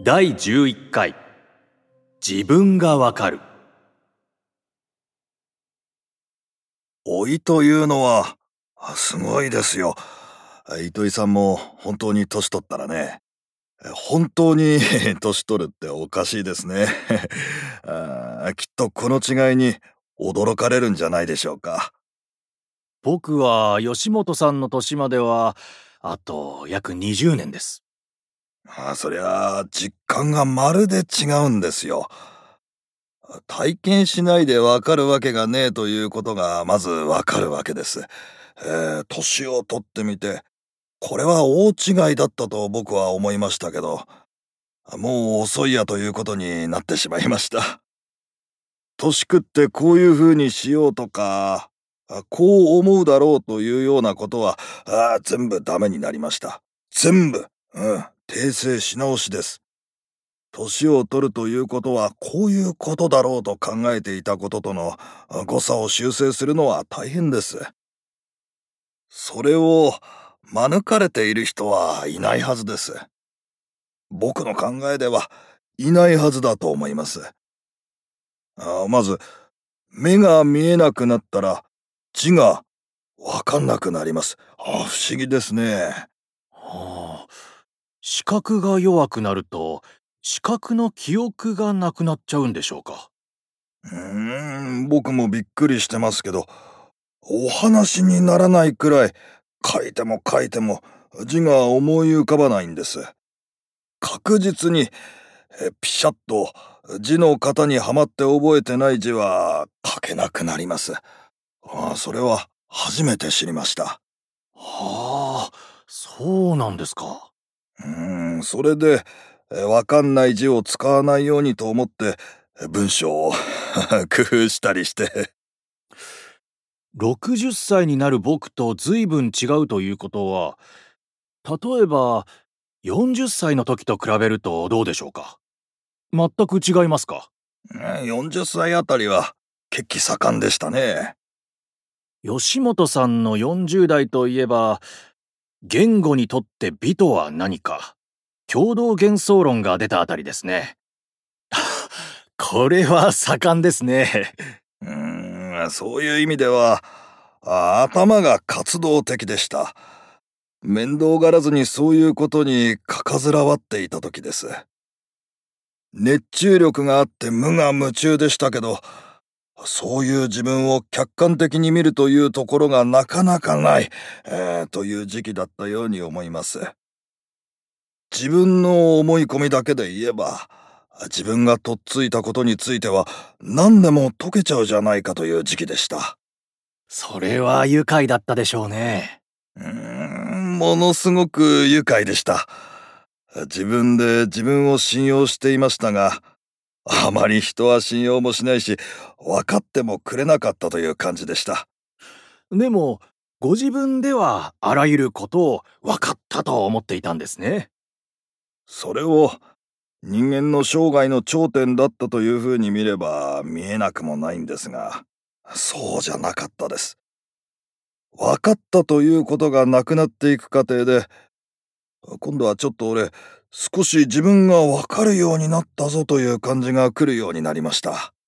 第11回自分がわかる。 老いというのは、すごいですよ。糸井さんも本当に年取ったらね、本当に年取るっておかしいですね。きっとこの違いに驚かれるんじゃないでしょうか。 僕は吉本さんの年まではあと約20年です。 そりゃ実感がまるで違うんですよ。体験しないでわかるわけがねえということがまずわかるわけです。年を取ってみて、これは大違いだったと僕は思いましたけど、もう遅いやということになってしまいました。年食ってこういう風にしようとか、こう思うだろうというようなことは、全部ダメになりました。全部、訂正し直しです。年を取るということはこういうことだろうと考えていたこととの誤差を修正するのは大変です。それを免れている人はいないはずです。僕の考えではいないはずだと思います。まず、目が見えなくなったら字がわかんなくなります。不思議ですね。 視覚が弱くなると視覚の記憶がなくなっちゃうんでしょうか。 僕もびっくりしてますけど、お話にならないくらい書いても書いても字が思い浮かばないんです。確実にピシャッと字の型にはまって覚えてない字は書けなくなります。それは初めて知りました。 そうなんですか。 それでわかんない字を使わないようにと思って文章を工夫したりして。 60歳になる僕と随分違うということは、例えば40歳の時と比べるとどうでしょうか。全く違いますか。 40歳あたりは血気盛んでしたね。 吉本さんの40代といえば、言語にとって美とは何か、共同幻想論が出たあたりですね。これは盛んですね。 そういう意味では、頭が活動的でした。面倒がらずにそういうことにかかずらわっていた時です。熱中力があって無我夢中でしたけど、そういう自分を客観的に見るというところがなかなかない、という時期だったように思います。自分の思い込みだけで言えば、自分がとっついたことについては何でも解けちゃうじゃないかという時期でした。 それは愉快だったでしょうね。 ものすごく愉快でした。自分で自分を信用していましたが、あまり人は信用もしないし、分かってもくれなかったという感じでした。 でも、ご自分ではあらゆることを分かったと思っていたんですね。 それを人間の生涯の頂点だったというふうに見れば見えなくもないんですが、そうじゃなかったです。分かったということがなくなっていく過程で、今度はちょっと少し自分が分かるようになったぞという感じが来るようになりました。